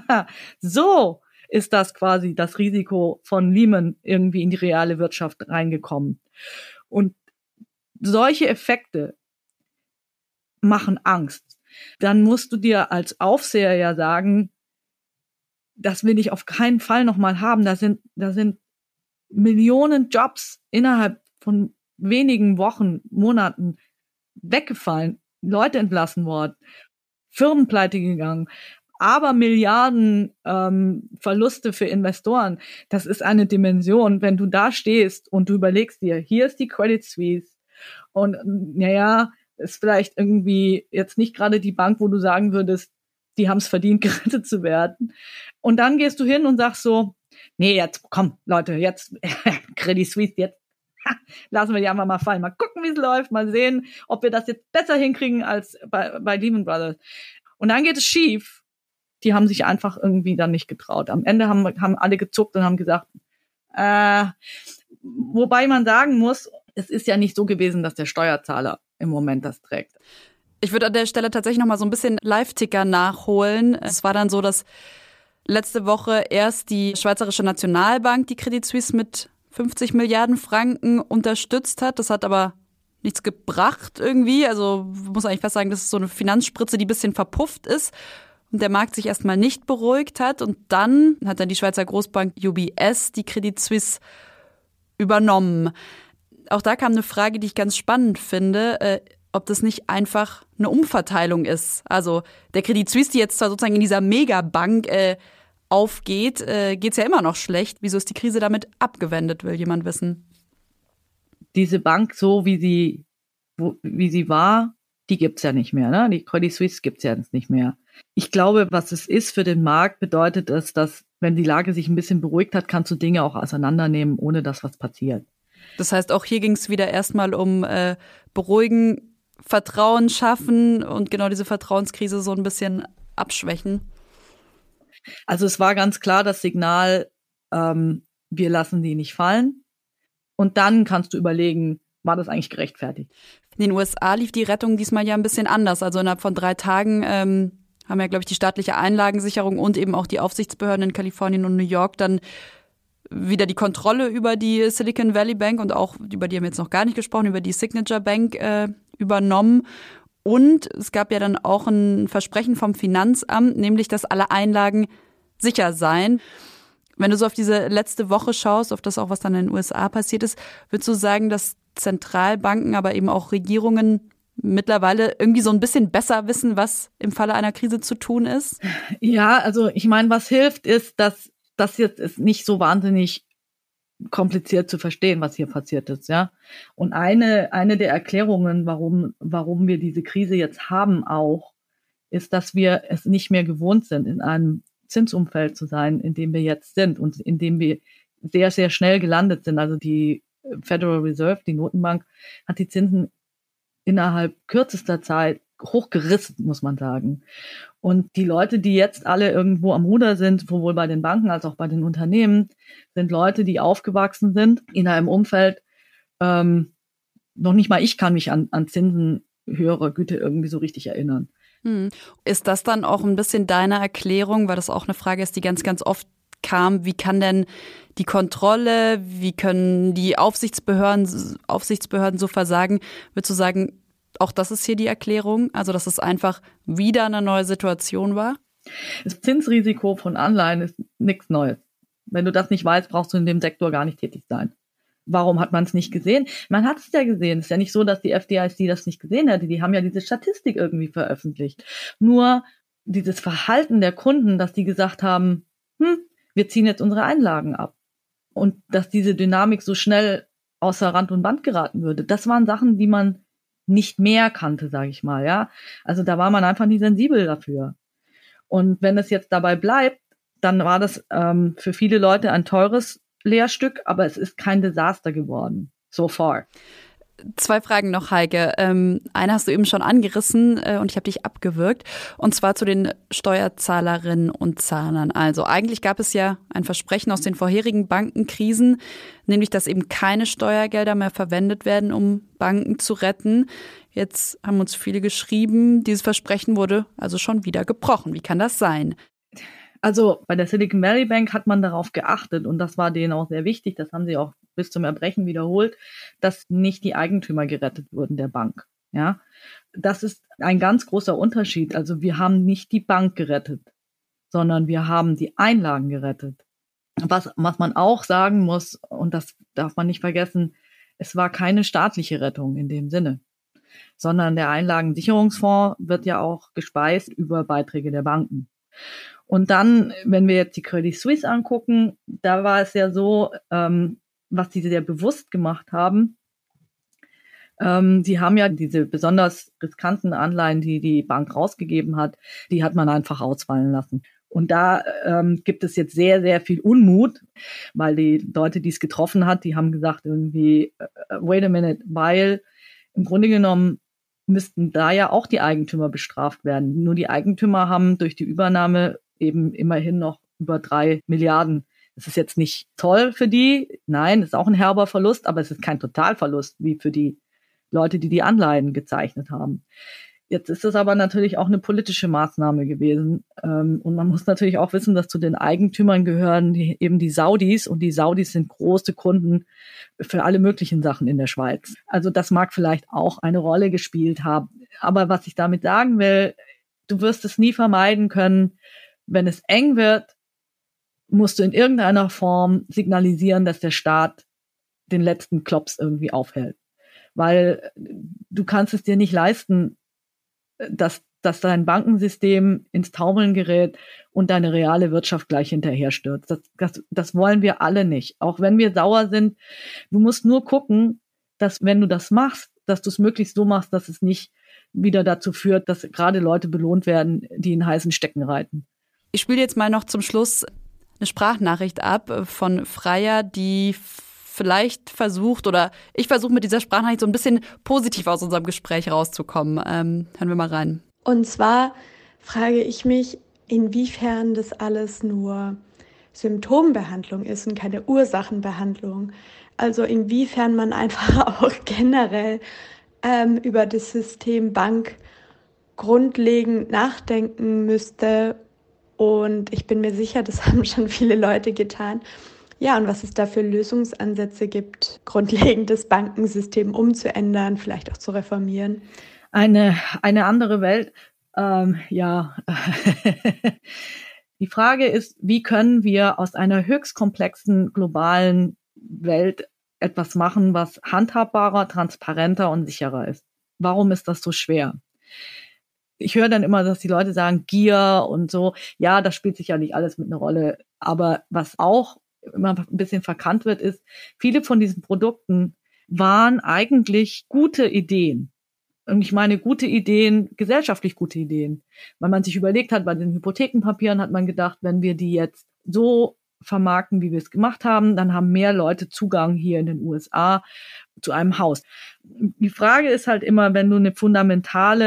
so ist das quasi das Risiko von Lehman irgendwie in die reale Wirtschaft reingekommen. Und solche Effekte machen Angst. Dann musst du dir als Aufseher ja sagen, das will ich auf keinen Fall nochmal haben. Da sind, da sind Millionen Jobs innerhalb von wenigen Wochen, Monaten weggefallen, Leute entlassen worden, Firmen pleite gegangen, aber Milliarden ähm, Verluste für Investoren. Das ist eine Dimension, wenn du da stehst und du überlegst dir, hier ist die Credit Suisse und naja, ist vielleicht irgendwie jetzt nicht gerade die Bank, wo du sagen würdest, die haben es verdient, gerettet zu werden. Und dann gehst du hin und sagst so, nee, jetzt, komm, Leute, jetzt, Credit Suisse, jetzt ha, lassen wir die einfach mal fallen. Mal gucken, wie es läuft, mal sehen, ob wir das jetzt besser hinkriegen als bei, bei Lehman Brothers. Und dann geht es schief. Die haben sich einfach irgendwie dann nicht getraut. Am Ende haben, haben alle gezuckt und haben gesagt, äh, wobei man sagen muss, es ist ja nicht so gewesen, dass der Steuerzahler im Moment das trägt. Ich würde an der Stelle tatsächlich noch mal so ein bisschen Live-Ticker nachholen. Es war dann so, dass letzte Woche erst die Schweizerische Nationalbank die Credit Suisse mit fünfzig Milliarden Franken unterstützt hat. Das hat aber nichts gebracht irgendwie. Also muss eigentlich fast sagen, das ist so eine Finanzspritze, die ein bisschen verpufft ist und der Markt sich erstmal nicht beruhigt hat. Und dann hat dann die Schweizer Großbank U B S die Credit Suisse übernommen. Auch da kam eine Frage, die ich ganz spannend finde, äh, ob das nicht einfach eine Umverteilung ist. Also der Credit Suisse, die jetzt zwar sozusagen in dieser Megabank äh, aufgeht, äh, geht's ja immer noch schlecht. Wieso ist die Krise damit abgewendet, will jemand wissen? Diese Bank, so wie sie wo, wie sie war, die gibt's ja nicht mehr. Ne? Die Credit Suisse gibt's ja nicht mehr. Ich glaube, was es ist für den Markt, bedeutet es, dass wenn die Lage sich ein bisschen beruhigt hat, kannst du Dinge auch auseinandernehmen, ohne dass was passiert. Das heißt, auch hier ging es wieder erstmal um äh, Beruhigen, Vertrauen schaffen und genau diese Vertrauenskrise so ein bisschen abschwächen. Also es war ganz klar das Signal, ähm, wir lassen die nicht fallen. Und dann kannst du überlegen, war das eigentlich gerechtfertigt? In den U S A lief die Rettung diesmal ja ein bisschen anders. Also innerhalb von drei Tagen ähm, haben ja, glaube ich, die staatliche Einlagensicherung und eben auch die Aufsichtsbehörden in Kalifornien und New York dann wieder die Kontrolle über die Silicon Valley Bank und auch, über die haben wir jetzt noch gar nicht gesprochen, über die Signature Bank äh, übernommen. Und es gab ja dann auch ein Versprechen vom Finanzamt, nämlich, dass alle Einlagen sicher seien. Wenn du so auf diese letzte Woche schaust, auf das auch, was dann in den U S A passiert ist, würdest du sagen, dass Zentralbanken, aber eben auch Regierungen mittlerweile irgendwie so ein bisschen besser wissen, was im Falle einer Krise zu tun ist? Ja, also ich meine, was hilft, ist, dass das jetzt ist nicht so wahnsinnig kompliziert zu verstehen, was hier passiert ist, ja. Und eine, eine der Erklärungen, warum, warum wir diese Krise jetzt haben auch, ist, dass wir es nicht mehr gewohnt sind, in einem Zinsumfeld zu sein, in dem wir jetzt sind und in dem wir sehr, sehr schnell gelandet sind. Also die Federal Reserve, die Notenbank, hat die Zinsen innerhalb kürzester Zeit hochgerissen, muss man sagen. Und die Leute, die jetzt alle irgendwo am Ruder sind, sowohl bei den Banken als auch bei den Unternehmen, sind Leute, die aufgewachsen sind in einem Umfeld, ähm, noch nicht mal ich kann mich an, an Zinsen höherer Güte irgendwie so richtig erinnern. Hm. Ist das dann auch ein bisschen deine Erklärung, weil das auch eine Frage ist, die ganz, ganz oft kam, wie kann denn die Kontrolle, wie können die Aufsichtsbehörden, Aufsichtsbehörden so versagen? Würdest du sagen, auch das ist hier die Erklärung, also dass es einfach wieder eine neue Situation war? Das Zinsrisiko von Anleihen ist nichts Neues. Wenn du das nicht weißt, brauchst du in dem Sektor gar nicht tätig sein. Warum hat man es nicht gesehen? Man hat es ja gesehen. Es ist ja nicht so, dass die F D I C das nicht gesehen hätte. Die haben ja diese Statistik irgendwie veröffentlicht. Nur dieses Verhalten der Kunden, dass die gesagt haben, hm, wir ziehen jetzt unsere Einlagen ab. Und dass diese Dynamik so schnell außer Rand und Band geraten würde. Das waren Sachen, die man nicht mehr kannte, sage ich mal, ja. Also da war man einfach nicht sensibel dafür. Und wenn es jetzt dabei bleibt, dann war das ähm, für viele Leute ein teures Lehrstück, aber es ist kein Desaster geworden, so far. Zwei Fragen noch, Heike. Ähm, eine hast du eben schon angerissen äh, und ich habe dich abgewürgt. Und zwar zu den Steuerzahlerinnen und Zahlern. Also eigentlich gab es ja ein Versprechen aus den vorherigen Bankenkrisen, nämlich dass eben keine Steuergelder mehr verwendet werden, um Banken zu retten. Jetzt haben uns viele geschrieben, dieses Versprechen wurde also schon wieder gebrochen. Wie kann das sein? Also bei der Silicon Valley Bank hat man darauf geachtet und das war denen auch sehr wichtig, das haben sie auch bis zum Erbrechen wiederholt, dass nicht die Eigentümer gerettet wurden der Bank. Ja, das ist ein ganz großer Unterschied. Also wir haben nicht die Bank gerettet, sondern wir haben die Einlagen gerettet. Was, was man auch sagen muss, und das darf man nicht vergessen, es war keine staatliche Rettung in dem Sinne, sondern der Einlagensicherungsfonds wird ja auch gespeist über Beiträge der Banken. Und dann, wenn wir jetzt die Credit Suisse angucken, da war es ja so, ähm, was die sehr bewusst gemacht haben. Ähm, sie haben ja diese besonders riskanten Anleihen, die die Bank rausgegeben hat, die hat man einfach ausfallen lassen. Und da ähm, gibt es jetzt sehr, sehr viel Unmut, weil die Leute, die es getroffen hat, die haben gesagt irgendwie, uh, wait a minute, weil im Grunde genommen müssten da ja auch die Eigentümer bestraft werden. Nur die Eigentümer haben durch die Übernahme eben immerhin noch über drei Milliarden. Das ist jetzt nicht toll für die. Nein, ist auch ein herber Verlust, aber es ist kein Totalverlust wie für die Leute, die die Anleihen gezeichnet haben. Jetzt ist es aber natürlich auch eine politische Maßnahme gewesen. Und man muss natürlich auch wissen, dass zu den Eigentümern gehören die, eben die Saudis. Und die Saudis sind große Kunden für alle möglichen Sachen in der Schweiz. Also das mag vielleicht auch eine Rolle gespielt haben. Aber was ich damit sagen will, du wirst es nie vermeiden können. Wenn es eng wird, musst du in irgendeiner Form signalisieren, dass der Staat den letzten Klops irgendwie aufhält. Weil du kannst es dir nicht leisten, dass, dass dein Bankensystem ins Taumeln gerät und deine reale Wirtschaft gleich hinterher stürzt. Das, das, das wollen wir alle nicht. Auch wenn wir sauer sind, du musst nur gucken, dass wenn du das machst, dass du es möglichst so machst, dass es nicht wieder dazu führt, dass gerade Leute belohnt werden, die in heißen Stecken reiten. Ich spiele jetzt mal noch zum Schluss eine Sprachnachricht ab von Freya, die vielleicht versucht, oder ich versuche mit dieser Sprachnachricht so ein bisschen positiv aus unserem Gespräch rauszukommen. Ähm, hören wir mal rein. Und zwar frage ich mich, inwiefern das alles nur Symptombehandlung ist und keine Ursachenbehandlung. Also inwiefern man einfach auch generell ähm, über das System Bank grundlegend nachdenken müsste. Und ich bin mir sicher, das haben schon viele Leute getan. Ja, und was es da für Lösungsansätze gibt, grundlegend das Bankensystem umzuändern, vielleicht auch zu reformieren. Eine, eine andere Welt, ähm, ja. Die Frage ist, wie können wir aus einer höchst komplexen globalen Welt etwas machen, was handhabbarer, transparenter und sicherer ist? Warum ist das so schwer? Ich höre dann immer, dass die Leute sagen, Gier und so. Ja, das spielt sicherlich alles mit einer Rolle. Aber was auch immer ein bisschen verkannt wird, ist, viele von diesen Produkten waren eigentlich gute Ideen. Und ich meine gute Ideen, gesellschaftlich gute Ideen. Weil man sich überlegt hat, bei den Hypothekenpapieren hat man gedacht, wenn wir die jetzt so vermarkten, wie wir es gemacht haben, dann haben mehr Leute Zugang hier in den U S A zu einem Haus. Die Frage ist halt immer, wenn du eine fundamentale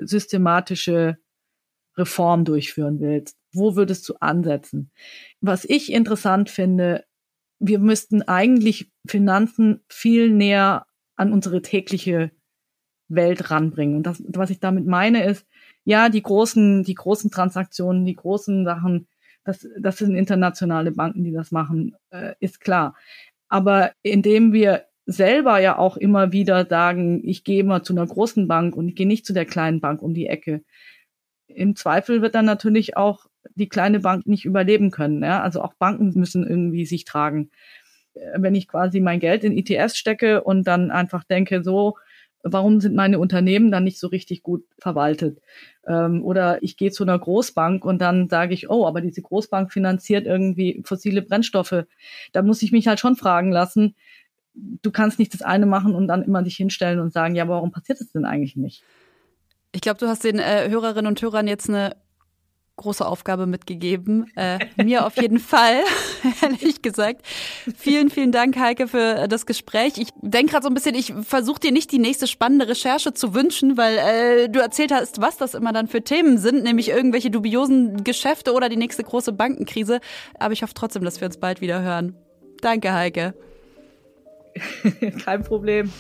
systematische Reform durchführen willst? Wo würdest du ansetzen? Was ich interessant finde, wir müssten eigentlich Finanzen viel näher an unsere tägliche Welt ranbringen. Und das, was ich damit meine, ist, ja, die großen, die großen Transaktionen, die großen Sachen, das, das sind internationale Banken, die das machen, äh, ist klar. Aber indem wir selber ja auch immer wieder sagen, ich gehe mal zu einer großen Bank und ich gehe nicht zu der kleinen Bank um die Ecke, im Zweifel wird dann natürlich auch die kleine Bank nicht überleben können. Ja? Also auch Banken müssen irgendwie sich tragen. Wenn ich quasi mein Geld in E T Fs stecke und dann einfach denke, so, warum sind meine Unternehmen dann nicht so richtig gut verwaltet? Ähm, oder ich gehe zu einer Großbank und dann sage ich, oh, aber diese Großbank finanziert irgendwie fossile Brennstoffe. Da muss ich mich halt schon fragen lassen, du kannst nicht das eine machen und dann immer dich hinstellen und sagen, ja, warum passiert das denn eigentlich nicht? Ich glaube, du hast den äh, Hörerinnen und Hörern jetzt eine große Aufgabe mitgegeben. Äh, mir auf jeden Fall, ehrlich gesagt. Vielen, vielen Dank, Heike, für das Gespräch. Ich denke gerade so ein bisschen, ich versuche dir nicht die nächste spannende Recherche zu wünschen, weil äh, du erzählt hast, was das immer dann für Themen sind, nämlich irgendwelche dubiosen Geschäfte oder die nächste große Bankenkrise. Aber ich hoffe trotzdem, dass wir uns bald wieder hören. Danke, Heike. Kein Problem.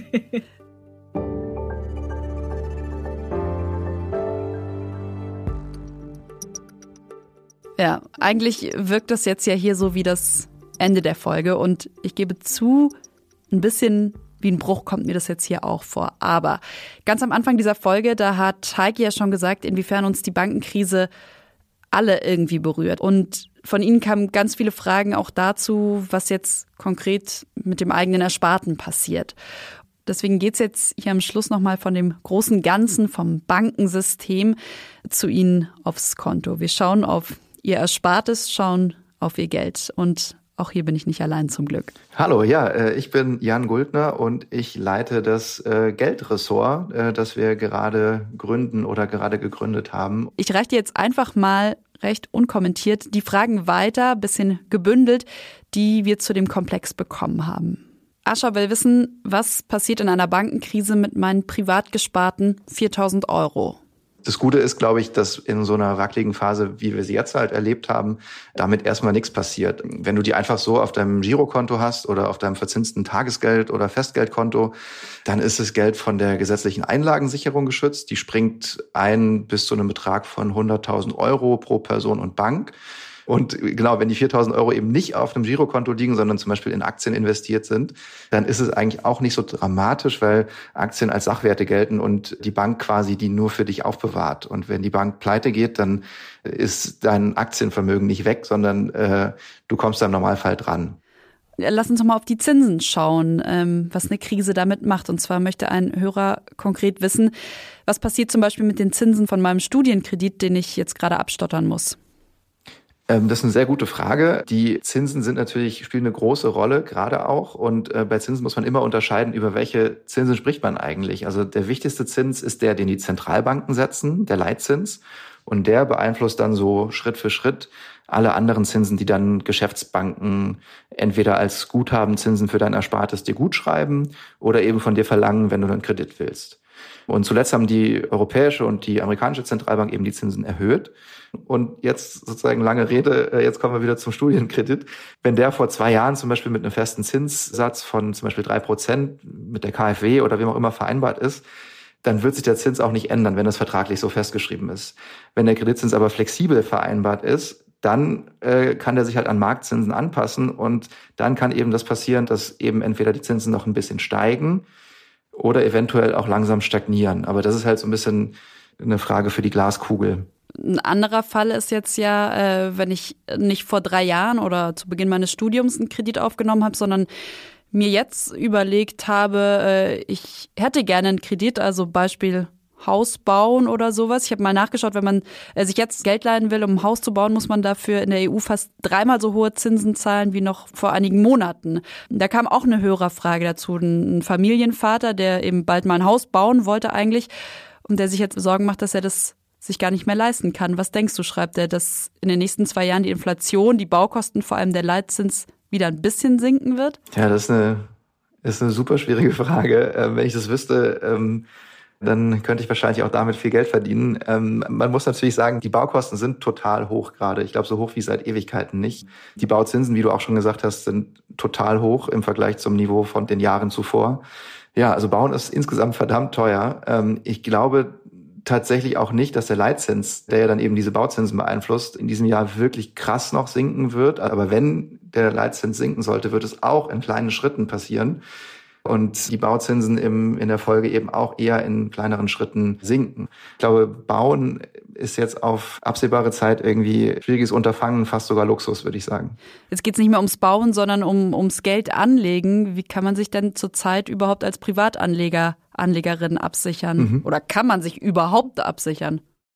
Ja, eigentlich wirkt das jetzt ja hier so wie das Ende der Folge und ich gebe zu, ein bisschen wie ein Bruch kommt mir das jetzt hier auch vor. Aber ganz am Anfang dieser Folge, da hat Heike ja schon gesagt, inwiefern uns die Bankenkrise alle irgendwie berührt. Und von Ihnen kamen ganz viele Fragen auch dazu, was jetzt konkret mit dem eigenen Ersparten passiert. Deswegen geht's jetzt hier am Schluss nochmal von dem großen Ganzen, vom Bankensystem zu Ihnen aufs Konto. Wir schauen auf Ihr Erspartes, schauen auf Ihr Geld. Und auch hier bin ich nicht allein zum Glück. Hallo, ja, ich bin Jan Guldner und ich leite das Geldressort, das wir gerade gründen oder gerade gegründet haben. Ich reiche dir jetzt einfach mal recht unkommentiert die Fragen weiter, bisschen gebündelt, die wir zu dem Komplex bekommen haben. Ascha will wissen, was passiert in einer Bankenkrise mit meinen privat gesparten viertausend Euro? Das Gute ist, glaube ich, dass in so einer wackeligen Phase, wie wir sie jetzt halt erlebt haben, damit erstmal nichts passiert. Wenn du die einfach so auf deinem Girokonto hast oder auf deinem verzinsten Tagesgeld- oder Festgeldkonto, dann ist das Geld von der gesetzlichen Einlagensicherung geschützt. Die springt ein bis zu einem Betrag von hunderttausend Euro pro Person und Bank. Und genau, wenn die viertausend Euro eben nicht auf einem Girokonto liegen, sondern zum Beispiel in Aktien investiert sind, dann ist es eigentlich auch nicht so dramatisch, weil Aktien als Sachwerte gelten und die Bank quasi die nur für dich aufbewahrt. Und wenn die Bank pleite geht, dann ist dein Aktienvermögen nicht weg, sondern äh, du kommst da im Normalfall dran. Lass uns doch mal auf die Zinsen schauen, ähm, was eine Krise damit macht. Und zwar möchte ein Hörer konkret wissen, was passiert zum Beispiel mit den Zinsen von meinem Studienkredit, den ich jetzt gerade abstottern muss? Das ist eine sehr gute Frage. Die Zinsen sind natürlich, spielen eine große Rolle, gerade auch. Und äh, bei Zinsen muss man immer unterscheiden, über welche Zinsen spricht man eigentlich. Also der wichtigste Zins ist der, den die Zentralbanken setzen, der Leitzins. Und der beeinflusst dann so Schritt für Schritt alle anderen Zinsen, die dann Geschäftsbanken entweder als Guthabenzinsen für dein Erspartes dir gutschreiben oder eben von dir verlangen, wenn du einen Kredit willst. Und zuletzt haben die europäische und die amerikanische Zentralbank eben die Zinsen erhöht. Und jetzt sozusagen lange Rede, jetzt kommen wir wieder zum Studienkredit. Wenn der vor zwei Jahren zum Beispiel mit einem festen Zinssatz von zum Beispiel drei Prozent mit der KfW oder wem auch immer vereinbart ist, dann wird sich der Zins auch nicht ändern, wenn das vertraglich so festgeschrieben ist. Wenn der Kreditzins aber flexibel vereinbart ist, dann äh, kann der sich halt an Marktzinsen anpassen und dann kann eben das passieren, dass eben entweder die Zinsen noch ein bisschen steigen oder eventuell auch langsam stagnieren. Aber das ist halt so ein bisschen eine Frage für die Glaskugel. Ein anderer Fall ist jetzt ja, äh, wenn ich nicht vor drei Jahren oder zu Beginn meines Studiums einen Kredit aufgenommen habe, sondern mir jetzt überlegt habe, äh, ich hätte gerne einen Kredit, also Beispiel Haus bauen oder sowas. Ich habe mal nachgeschaut, wenn man äh, sich jetzt Geld leihen will, um ein Haus zu bauen, muss man dafür in der E U fast dreimal so hohe Zinsen zahlen wie noch vor einigen Monaten. Da kam auch eine Hörerfrage dazu. Ein Familienvater, der eben bald mal ein Haus bauen wollte eigentlich und der sich jetzt Sorgen macht, dass er das sich gar nicht mehr leisten kann. Was denkst du, schreibt er, dass in den nächsten zwei Jahren die Inflation, die Baukosten, vor allem der Leitzins, wieder ein bisschen sinken wird? Ja, das ist eine, ist eine super schwierige Frage. Äh, wenn ich das wüsste, ähm, dann könnte ich wahrscheinlich auch damit viel Geld verdienen. Ähm, man muss natürlich sagen, die Baukosten sind total hoch gerade. Ich glaube, so hoch wie seit Ewigkeiten nicht. Die Bauzinsen, wie du auch schon gesagt hast, sind total hoch im Vergleich zum Niveau von den Jahren zuvor. Ja, also Bauen ist insgesamt verdammt teuer. Ähm, ich glaube tatsächlich auch nicht, dass der Leitzins, der ja dann eben diese Bauzinsen beeinflusst, in diesem Jahr wirklich krass noch sinken wird. Aber wenn der Leitzins sinken sollte, wird es auch in kleinen Schritten passieren. Und die Bauzinsen im, in der Folge eben auch eher in kleineren Schritten sinken. Ich glaube, Bauen ist jetzt auf absehbare Zeit irgendwie schwieriges Unterfangen, fast sogar Luxus, würde ich sagen. Jetzt geht es nicht mehr ums Bauen, sondern um, ums Geld anlegen. Wie kann man sich denn zurzeit überhaupt als Privatanleger, Anlegerin absichern? Mhm. Oder kann man sich überhaupt absichern?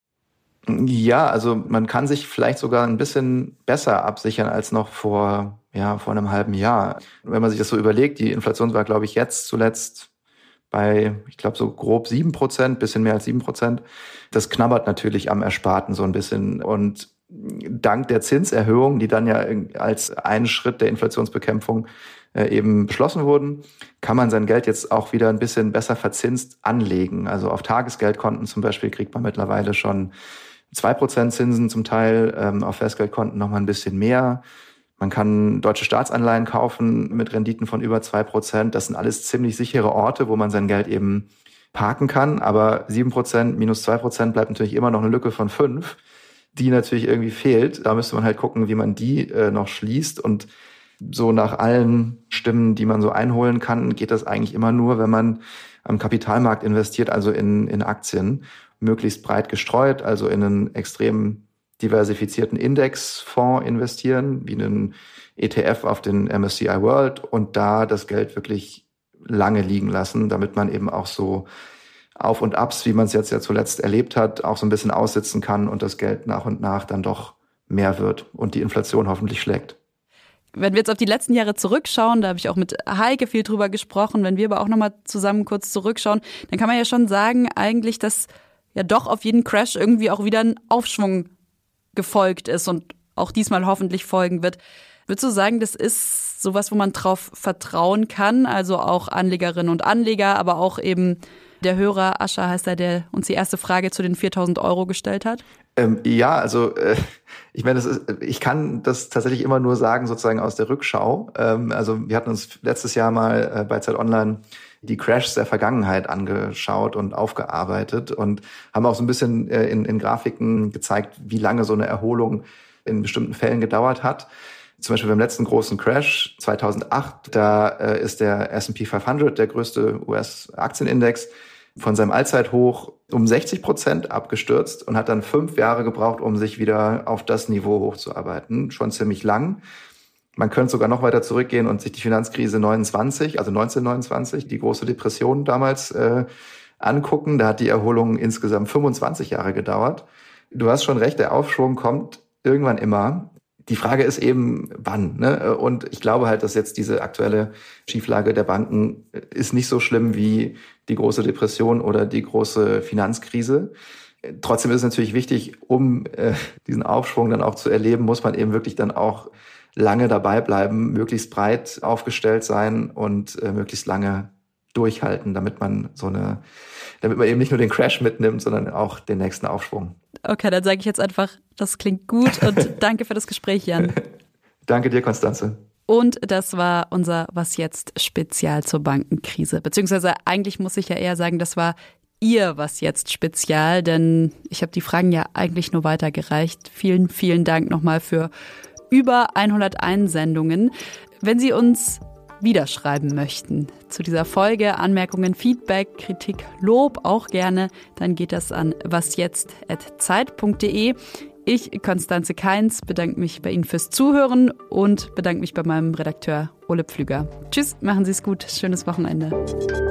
Ja, also man kann sich vielleicht sogar ein bisschen besser absichern als noch vor, ja, vor einem halben Jahr. Wenn man sich das so überlegt, die Inflation war, glaube ich, jetzt zuletzt bei, ich glaube, so grob sieben Prozent, bisschen mehr als sieben Prozent. Das knabbert natürlich am Ersparten so ein bisschen. Und dank der Zinserhöhungen, die dann ja als ein Schritt der Inflationsbekämpfung eben beschlossen wurden, kann man sein Geld jetzt auch wieder ein bisschen besser verzinst anlegen. Also auf Tagesgeldkonten zum Beispiel kriegt man mittlerweile schon zwei Prozent Zinsen zum Teil, ähm, auf Festgeldkonten noch mal ein bisschen mehr. Man kann deutsche Staatsanleihen kaufen mit Renditen von über zwei Prozent. Das sind alles ziemlich sichere Orte, wo man sein Geld eben parken kann. Aber sieben Prozent minus zwei Prozent bleibt natürlich immer noch eine Lücke von fünf, die natürlich irgendwie fehlt. Da müsste man halt gucken, wie man die äh, noch schließt. Und so nach allen Stimmen, die man so einholen kann, geht das eigentlich immer nur, wenn man am Kapitalmarkt investiert, also in, in Aktien, möglichst breit gestreut, also in einen extrem diversifizierten Indexfonds investieren, wie einen E T F auf den M S C I World und da das Geld wirklich lange liegen lassen, damit man eben auch so Auf und Abs, wie man es jetzt ja zuletzt erlebt hat, auch so ein bisschen aussitzen kann und das Geld nach und nach dann doch mehr wird und die Inflation hoffentlich schlägt. Wenn wir jetzt auf die letzten Jahre zurückschauen, da habe ich auch mit Heike viel drüber gesprochen, wenn wir aber auch nochmal zusammen kurz zurückschauen, dann kann man ja schon sagen eigentlich, dass ja doch auf jeden Crash irgendwie auch wieder ein Aufschwung gefolgt ist und auch diesmal hoffentlich folgen wird. Würdest du sagen, das ist sowas, wo man drauf vertrauen kann, also auch Anlegerinnen und Anleger, aber auch eben der Hörer, Ascha heißt er, der uns die erste Frage zu den viertausend Euro gestellt hat? Ähm, ja, also äh, ich meine, das ist, ich kann das tatsächlich immer nur sagen, sozusagen aus der Rückschau. Ähm, also wir hatten uns letztes Jahr mal äh, bei Zeit Online die Crashs der Vergangenheit angeschaut und aufgearbeitet und haben auch so ein bisschen äh, in, in Grafiken gezeigt, wie lange so eine Erholung in bestimmten Fällen gedauert hat. Zum Beispiel beim letzten großen Crash zweitausendacht, da äh, ist der S and P fünfhundert, der größte U S-Aktienindex, von seinem Allzeithoch um sechzig Prozent abgestürzt und hat dann fünf Jahre gebraucht, um sich wieder auf das Niveau hochzuarbeiten. Schon ziemlich lang. Man könnte sogar noch weiter zurückgehen und sich die Finanzkrise neunundzwanzig, also neunzehnhundertneunundzwanzig, die große Depression damals äh, angucken. Da hat die Erholung insgesamt fünfundzwanzig Jahre gedauert. Du hast schon recht, der Aufschwung kommt irgendwann immer. Die Frage ist eben, wann, ne? Und ich glaube halt, dass jetzt diese aktuelle Schieflage der Banken ist nicht so schlimm wie die große Depression oder die große Finanzkrise. Trotzdem ist es natürlich wichtig, um äh, diesen Aufschwung dann auch zu erleben, muss man eben wirklich dann auch lange dabei bleiben, möglichst breit aufgestellt sein und äh, möglichst lange durchhalten, damit man so eine, damit man eben nicht nur den Crash mitnimmt, sondern auch den nächsten Aufschwung. Okay, dann sage ich jetzt einfach, das klingt gut und danke für das Gespräch, Jan. Danke dir, Constanze. Und das war unser Was jetzt Spezial zur Bankenkrise. Beziehungsweise eigentlich muss ich ja eher sagen, das war Ihr Was jetzt Spezial, denn ich habe die Fragen ja eigentlich nur weitergereicht. Vielen, vielen Dank nochmal für über hundert Einsendungen. Wenn Sie uns wieder schreiben möchten zu dieser Folge, Anmerkungen, Feedback, Kritik, Lob auch gerne, dann geht das an wasjetzt at zeit punkt de. Ich, Constanze Keins, bedanke mich bei Ihnen fürs Zuhören und bedanke mich bei meinem Redakteur Ole Pflüger. Tschüss, machen Sie es gut, schönes Wochenende.